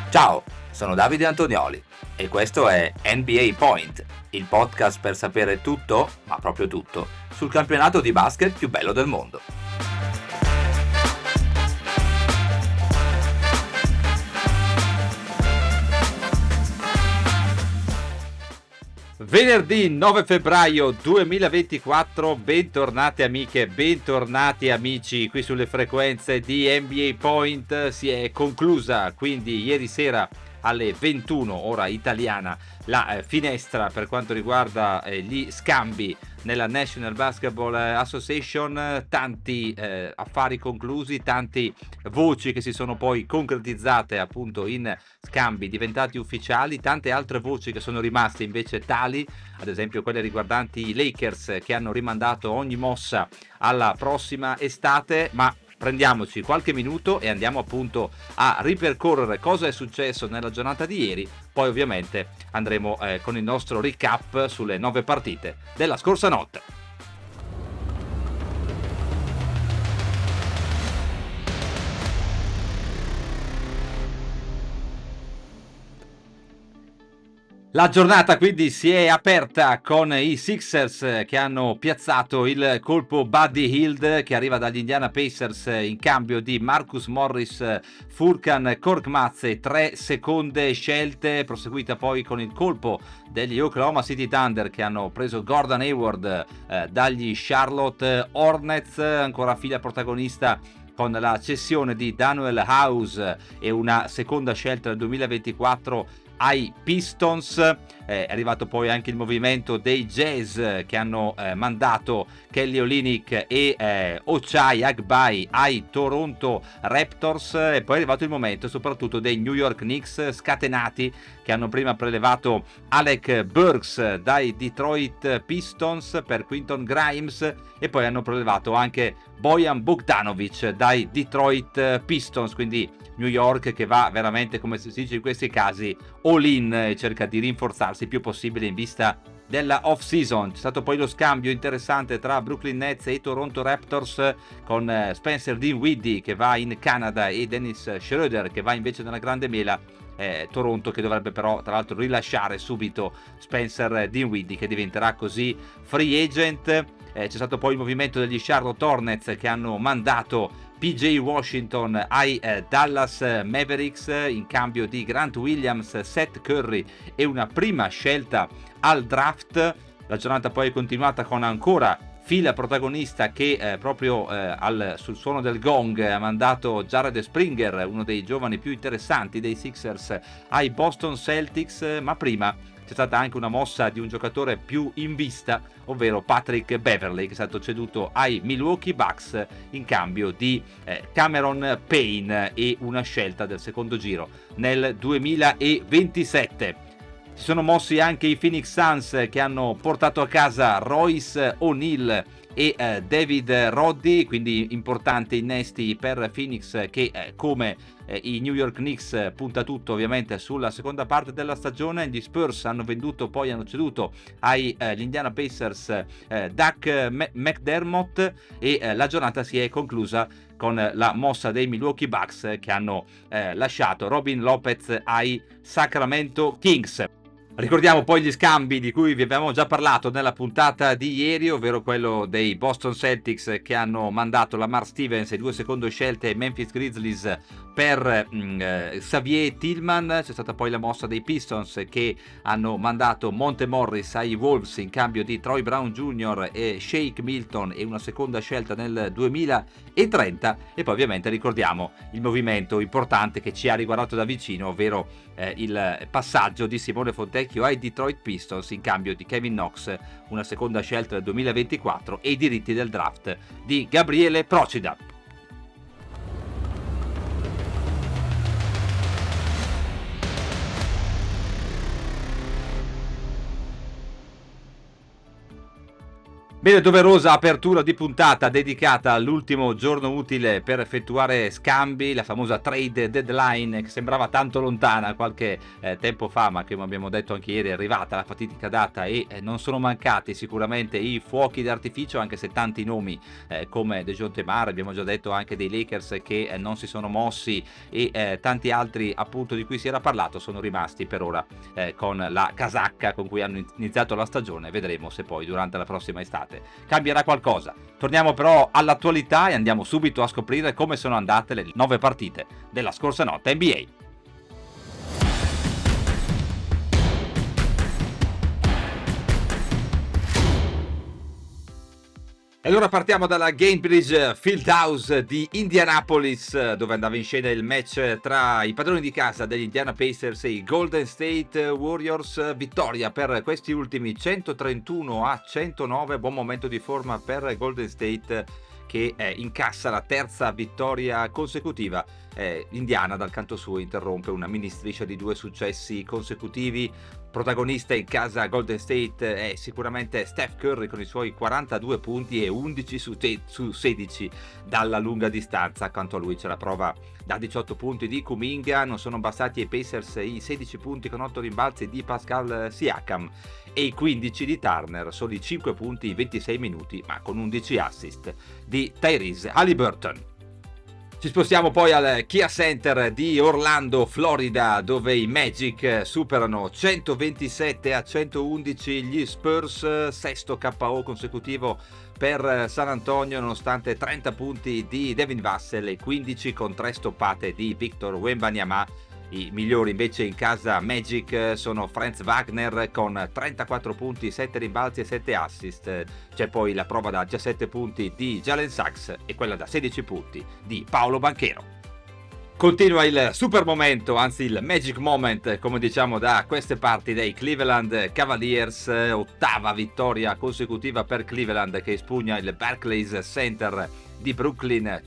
Ciao, sono Davide Antonioli e questo è NBA Point, il podcast per sapere tutto, ma proprio tutto, sul campionato di basket più bello del mondo. Venerdì 9 febbraio 2024, bentornate amiche, bentornati amici qui sulle frequenze di NBA Point. Si è conclusa quindi ieri sera alle 21 ora italiana la finestra per quanto riguarda gli scambi nella National Basketball Association, tanti affari conclusi, tanti voci che si sono poi concretizzate appunto in scambi diventati ufficiali, tante altre voci che sono rimaste invece tali, ad esempio quelle riguardanti i Lakers che hanno rimandato ogni mossa alla prossima estate, ma prendiamoci qualche minuto e andiamo appunto a ripercorrere cosa è successo nella giornata di ieri, poi ovviamente andremo con il nostro recap sulle 9 partite della scorsa notte. La giornata quindi si è aperta con i Sixers che hanno piazzato il colpo Buddy Hield che arriva dagli Indiana Pacers in cambio di Marcus Morris, Furkan Korkmaz e 3 seconde scelte, proseguita poi con il colpo degli Oklahoma City Thunder che hanno preso Gordon Hayward dagli Charlotte Hornets, ancora fila protagonista con la cessione di Danuel House e una seconda scelta del 2024 ai Pistons. È arrivato poi anche il movimento dei Jazz che hanno mandato Kelly Olynyk e Ochai Agbaji ai Toronto Raptors, e poi è arrivato il momento soprattutto dei New York Knicks scatenati che hanno prima prelevato Alec Burks dai Detroit Pistons per Quinton Grimes e poi hanno prelevato anche Bojan Bogdanovic dai Detroit Pistons, quindi New York che va veramente, come si dice in questi casi, all in e cerca di rinforzarsi il più possibile in vista della off season. C'è stato poi lo scambio interessante tra Brooklyn Nets e Toronto Raptors con Spencer Dinwiddie che va in Canada e Dennis Schroeder che va invece nella grande mela. Toronto che dovrebbe però tra l'altro rilasciare subito Spencer Dinwiddie che diventerà così free agent. C'è stato poi il movimento degli Charlotte Hornets che hanno mandato PJ Washington ai Dallas Mavericks in cambio di Grant Williams, Seth Curry e una prima scelta al draft. La giornata poi è continuata con ancora fila protagonista che proprio sul suono del gong ha mandato Jared Springer, uno dei giovani più interessanti dei Sixers, ai Boston Celtics, ma prima c'è stata anche una mossa di un giocatore più in vista, ovvero Patrick Beverley, che è stato ceduto ai Milwaukee Bucks in cambio di Cameron Payne e una scelta del secondo giro nel 2027. Si sono mossi anche i Phoenix Suns che hanno portato a casa Royce O'Neal e David Roddy, quindi importanti innesti per Phoenix che come i New York Knicks punta tutto ovviamente sulla seconda parte della stagione. Gli Spurs hanno ceduto agli Indiana Pacers Doug McDermott e la giornata si è conclusa con la mossa dei Milwaukee Bucks che hanno lasciato Robin Lopez ai Sacramento Kings. Ricordiamo poi gli scambi di cui vi abbiamo già parlato nella puntata di ieri, ovvero quello dei Boston Celtics che hanno mandato Lamar Stevens e 2 seconde scelte ai Memphis Grizzlies per Xavier Tillman. C'è stata poi la mossa dei Pistons che hanno mandato Monte Morris ai Wolves in cambio di Troy Brown Jr. e Shake Milton e una seconda scelta nel 2030. E poi ovviamente ricordiamo il movimento importante che ci ha riguardato da vicino, ovvero il passaggio di Simone Fontecchio ai Detroit Pistons in cambio di Kevin Knox, una seconda scelta del 2024 e i diritti del draft di Gabriele Procida. Bene, doverosa apertura di puntata dedicata all'ultimo giorno utile per effettuare scambi, la famosa trade deadline che sembrava tanto lontana qualche tempo fa, ma che, come abbiamo detto anche ieri, è arrivata la fatidica data e non sono mancati sicuramente i fuochi d'artificio, anche se tanti nomi come Dejounte Murray, abbiamo già detto anche dei Lakers che non si sono mossi e tanti altri appunto di cui si era parlato sono rimasti per ora con la casacca con cui hanno iniziato la stagione. Vedremo se poi durante la prossima estate cambierà qualcosa. Torniamo però all'attualità e andiamo subito a scoprire come sono andate le 9 partite della scorsa notte NBA. E allora partiamo dalla Gainbridge Fieldhouse di Indianapolis, dove andava in scena il match tra i padroni di casa degli Indiana Pacers e i Golden State Warriors. Vittoria per questi ultimi 131-109, buon momento di forma per Golden State che incassa la terza vittoria consecutiva. Indiana dal canto suo interrompe una mini striscia di 2 successi consecutivi. Protagonista in casa Golden State è sicuramente Steph Curry con i suoi 42 punti e 11 su 16 dalla lunga distanza. Accanto a lui c'è la prova da 18 punti di Kuminga. Non sono bastati ai Pacers i 16 punti con 8 rimbalzi di Pascal Siakam e i 15 di Turner, soli 5 punti in 26 minuti ma con 11 assist di Tyrese Haliburton. Ci spostiamo poi al Kia Center di Orlando, Florida, dove i Magic superano 127-111 gli Spurs, sesto KO consecutivo per San Antonio nonostante 30 punti di Devin Vassell e 15 con 3 stoppate di Victor Wembanyama. I migliori invece in casa Magic sono Franz Wagner con 34 punti, 7 rimbalzi e 7 assist. C'è poi la prova da 17 punti di Jalen Sachs e quella da 16 punti di Paolo Banchero. Continua il super momento, anzi il magic moment, come diciamo da queste parti, dei Cleveland Cavaliers. Ottava vittoria consecutiva per Cleveland che espugna il Barclays Center di Brooklyn,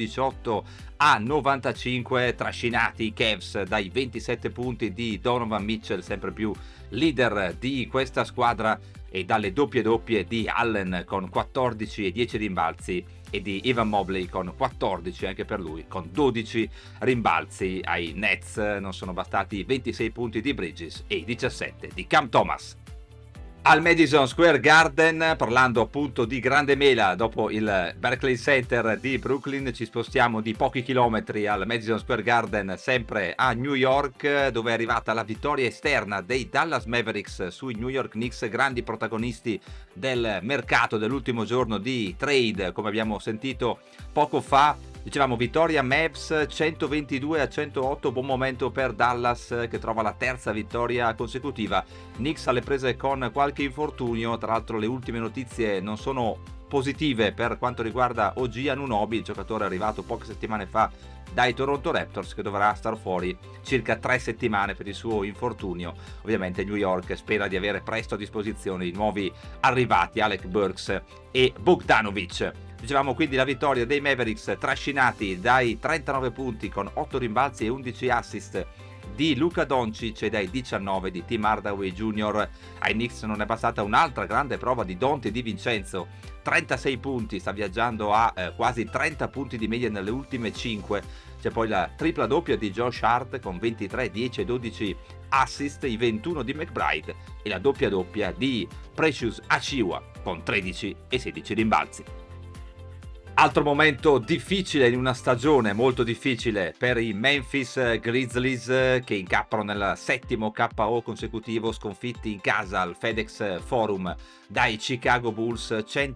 118-95, trascinati i Cavs dai 27 punti di Donovan Mitchell, sempre più leader di questa squadra, e dalle doppie di Allen con 14 e 10 rimbalzi e di Evan Mobley con 14 anche per lui, con 12 rimbalzi. Ai Nets non sono bastati 26 punti di Bridges e 17 di Cam Thomas. Al Madison Square Garden, parlando appunto di grande mela, dopo il Barclays Center di Brooklyn ci spostiamo di pochi chilometri al Madison Square Garden, sempre a New York, dove è arrivata la vittoria esterna dei Dallas Mavericks sui New York Knicks, grandi protagonisti del mercato dell'ultimo giorno di trade, come abbiamo sentito poco fa. Dicevamo vittoria Mavs 122-108, buon momento per Dallas che trova la terza vittoria consecutiva. Knicks alle prese con qualche infortunio, tra l'altro le ultime notizie non sono positive per quanto riguarda OG Anunoby, il giocatore arrivato poche settimane fa dai Toronto Raptors, che dovrà star fuori circa 3 settimane per il suo infortunio. Ovviamente New York spera di avere presto a disposizione i nuovi arrivati Alec Burks e Bogdanovic. Dicevamo quindi la vittoria dei Mavericks trascinati dai 39 punti con 8 rimbalzi e 11 assist di Luka Doncic e dai 19 di Tim Hardaway Jr. Ai Knicks non è bastata un'altra grande prova di Donte DiVincenzo, 36 punti, sta viaggiando a quasi 30 punti di media nelle ultime 5. C'è poi la tripla doppia di Josh Hart con 23, 10 e 12 assist, i 21 di McBride e la doppia di Precious Achiuwa con 13 e 16 rimbalzi. Altro momento difficile in una stagione molto difficile per i Memphis Grizzlies, che incappano nel settimo KO consecutivo, sconfitti in casa al FedEx Forum dai Chicago Bulls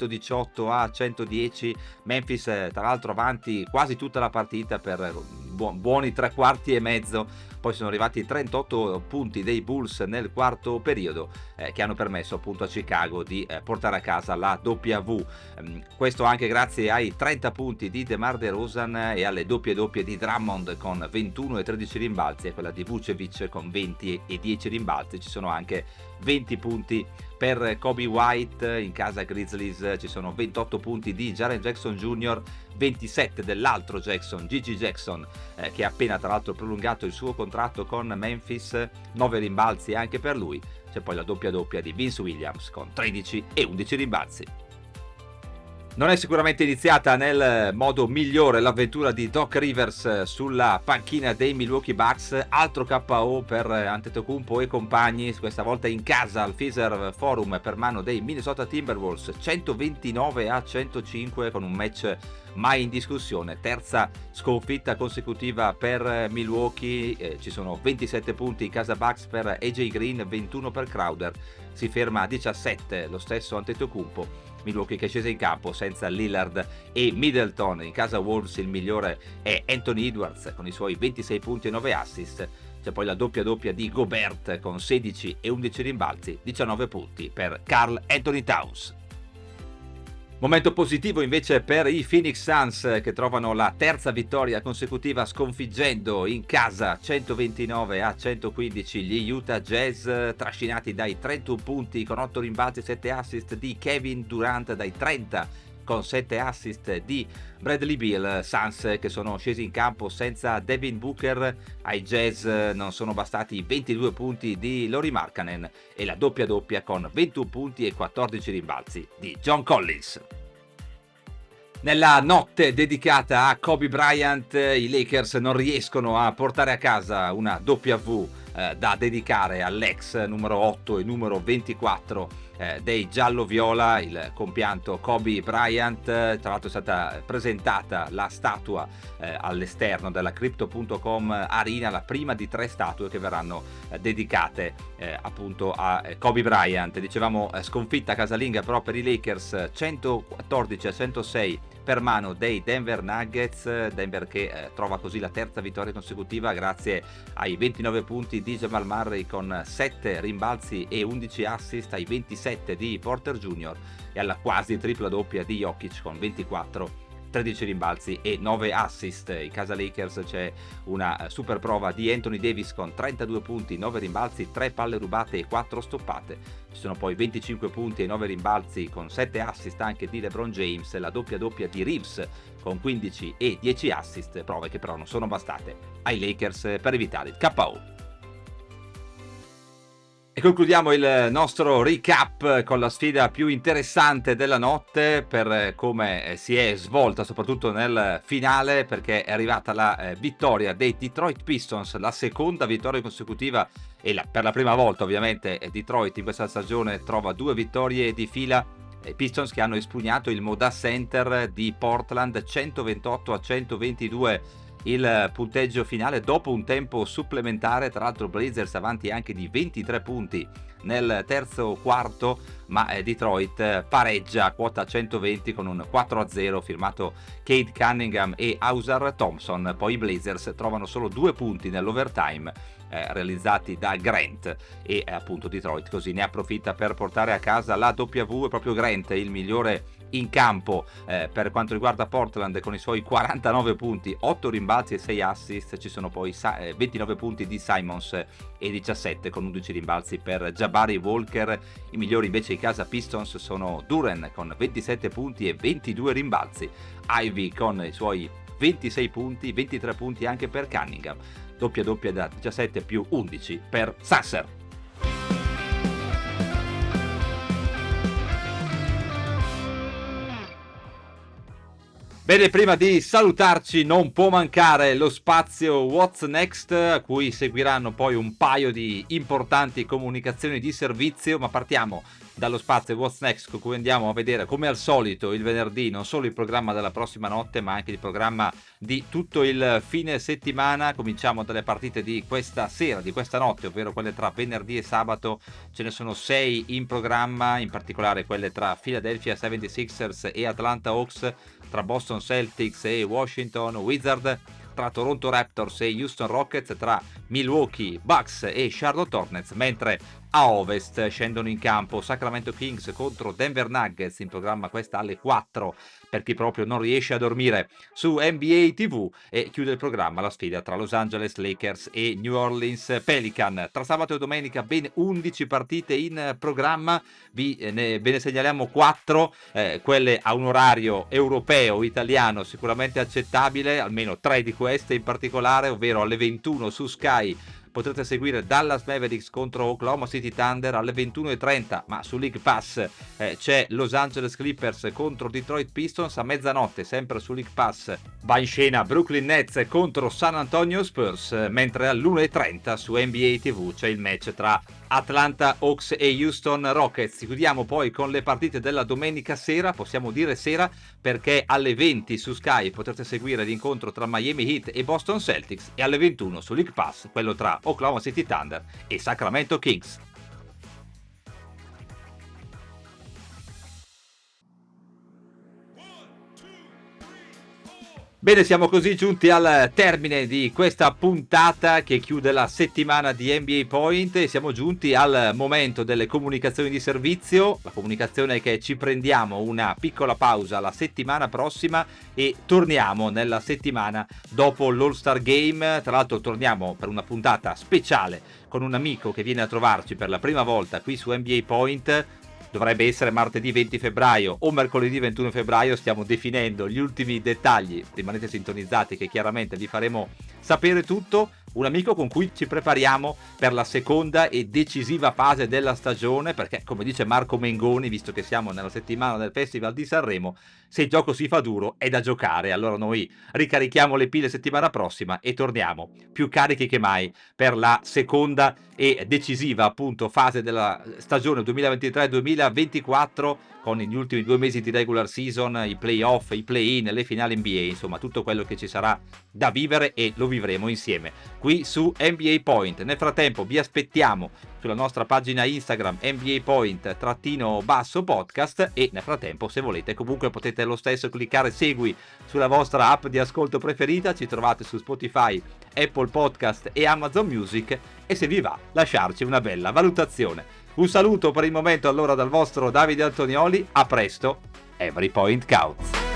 118-110. Memphis tra l'altro avanti quasi tutta la partita per buoni 3 quarti e mezzo. Poi sono arrivati 38 punti dei Bulls nel quarto periodo, che hanno permesso appunto a Chicago di portare a casa la W. Questo anche grazie ai 30 punti di DeMar DeRozan e alle doppie di Drummond con 21 e 13 rimbalzi, e quella di Vucevic con 20 e 10 rimbalzi. Ci sono anche 20 punti per Kobe White. In casa Grizzlies ci sono 28 punti di Jaren Jackson Jr., 27 dell'altro Jackson, Gigi Jackson, che ha appena tra l'altro prolungato il suo contratto con Memphis, 9 rimbalzi anche per lui. C'è poi la doppia di Vince Williams con 13 e 11 rimbalzi. Non è sicuramente iniziata nel modo migliore l'avventura di Doc Rivers sulla panchina dei Milwaukee Bucks. Altro KO per Antetokounmpo e compagni, questa volta in casa al Fiserv Forum per mano dei Minnesota Timberwolves, 129-105 con un match mai in discussione. Terza sconfitta consecutiva per Milwaukee, ci sono 27 punti in casa Bucks per AJ Green, 21 per Crowder, si ferma a 17 lo stesso Antetokounmpo. Milwaukee che è scesa in campo senza Lillard e Middleton. In casa Wolves il migliore è Anthony Edwards con i suoi 26 punti e 9 assist. C'è poi la doppia di Gobert con 16 e 11 rimbalzi, 19 punti per Karl Anthony Towns. Momento positivo invece per i Phoenix Suns che trovano la terza vittoria consecutiva sconfiggendo in casa 129-115 gli Utah Jazz, trascinati dai 31 punti con 8 rimbalzi e 7 assist di Kevin Durant, dai 30 con 7 assist di Bradley Beal. Suns che sono scesi in campo senza Devin Booker, ai Jazz non sono bastati i 22 punti di Lauri Markkanen e la doppia con 21 punti e 14 rimbalzi di John Collins. Nella notte dedicata a Kobe Bryant, i Lakers non riescono a portare a casa una W da dedicare all'ex numero 8 e numero 24 dei giallo-viola, il compianto Kobe Bryant. Tra l'altro è stata presentata la statua all'esterno della Crypto.com Arena, la prima di 3 statue che verranno dedicate appunto a Kobe Bryant. Dicevamo sconfitta casalinga però per i Lakers, 114-106 per mano dei Denver Nuggets. Denver che trova così la terza vittoria consecutiva grazie ai 29 punti di Jamal Murray con 7 rimbalzi e 11 assist, ai 27 di Porter Jr. e alla quasi tripla doppia di Jokic con 24, 13 rimbalzi e 9 assist. In casa Lakers c'è una super prova di Anthony Davis con 32 punti, 9 rimbalzi, 3 palle rubate e 4 stoppate. Ci sono poi 25 punti e 9 rimbalzi con 7 assist anche di LeBron James, la doppia di Reeves con 15 e 10 assist, prove che però non sono bastate ai Lakers per evitare il KO. E concludiamo il nostro recap con la sfida più interessante della notte per come si è svolta, soprattutto nel finale, perché è arrivata la vittoria dei Detroit Pistons, la seconda vittoria consecutiva e per la prima volta ovviamente Detroit in questa stagione trova 2 vittorie di fila. I Pistons che hanno espugnato il Moda Center di Portland, 128-122 il punteggio finale dopo un tempo supplementare. Tra l'altro Blazers avanti anche di 23 punti nel terzo quarto, ma Detroit pareggia quota 120 con un 4-0 firmato Cade Cunningham e Ausar Thompson. Poi i Blazers trovano solo 2 punti nell'overtime realizzati da Grant e appunto Detroit così ne approfitta per portare a casa la W. E proprio Grant il migliore in campo per quanto riguarda Portland con i suoi 49 punti, 8 rimbalzi e 6 assist. Ci sono poi 29 punti di Simons e 17 con 11 rimbalzi per Jabari Walker. I migliori invece in casa Pistons sono Duren con 27 punti e 22 rimbalzi, Ivy con i suoi 26 punti, 23 punti anche per Cunningham, doppia da 17 più 11 per Sasser. Bene, prima di salutarci non può mancare lo spazio What's Next, a cui seguiranno poi un paio di importanti comunicazioni di servizio, ma partiamo dallo spazio What's Next, con cui andiamo a vedere come al solito il venerdì non solo il programma della prossima notte ma anche il programma di tutto il fine settimana. Cominciamo dalle partite di questa sera, di questa notte, ovvero quelle tra venerdì e sabato. Ce ne sono 6 in programma, in particolare quelle tra Philadelphia 76ers e Atlanta Hawks, tra Boston Celtics e Washington Wizards, tra Toronto Raptors e Houston Rockets, tra Milwaukee Bucks e Charlotte Hornets, mentre a ovest scendono in campo Sacramento Kings contro Denver Nuggets, in programma questa alle 4 per chi proprio non riesce a dormire su NBA TV, e chiude il programma la sfida tra Los Angeles Lakers e New Orleans Pelican. Tra sabato e domenica ben 11 partite in programma, ve ne segnaliamo 4, quelle a un orario europeo italiano sicuramente accettabile, almeno 3 di queste in particolare, ovvero alle 21 su Sky potrete seguire Dallas Mavericks contro Oklahoma City Thunder alle 21:30, ma su League Pass c'è Los Angeles Clippers contro Detroit Pistons a mezzanotte, sempre su League Pass va in scena Brooklyn Nets contro San Antonio Spurs, mentre all'1:30 su NBA TV c'è il match tra Atlanta Hawks e Houston Rockets. Chiudiamo poi con le partite della domenica sera, possiamo dire sera perché alle 20 su Sky potrete seguire l'incontro tra Miami Heat e Boston Celtics e alle 21 su League Pass quello tra Oklahoma City Thunder e Sacramento Kings. Bene, siamo così giunti al termine di questa puntata che chiude la settimana di NBA Point e siamo giunti al momento delle comunicazioni di servizio. La comunicazione è che ci prendiamo una piccola pausa la settimana prossima e torniamo nella settimana dopo l'All-Star Game. Tra l'altro torniamo per una puntata speciale con un amico che viene a trovarci per la prima volta qui su NBA Point. Dovrebbe essere martedì 20 febbraio o mercoledì 21 febbraio, stiamo definendo gli ultimi dettagli, rimanete sintonizzati che chiaramente vi faremo sapere tutto. Un amico con cui ci prepariamo per la seconda e decisiva fase della stagione, perché come dice Marco Mengoni, visto che siamo nella settimana del Festival di Sanremo, se il gioco si fa duro è da giocare. Allora noi ricarichiamo le pile settimana prossima e torniamo più carichi che mai per la seconda e decisiva appunto fase della stagione 2023-2024, con gli ultimi 2 mesi di regular season, i playoff, i play-in, le finali NBA, insomma tutto quello che ci sarà da vivere e lo vivremo insieme qui su NBA Point. Nel frattempo vi aspettiamo sulla nostra pagina Instagram NBA Point_podcast e nel frattempo, se volete, comunque potete lo stesso cliccare segui sulla vostra app di ascolto preferita, ci trovate su Spotify, Apple Podcast e Amazon Music, e se vi va lasciarci una bella valutazione. Un saluto per il momento allora dal vostro Davide Antonioli, a presto, Every Point Counts.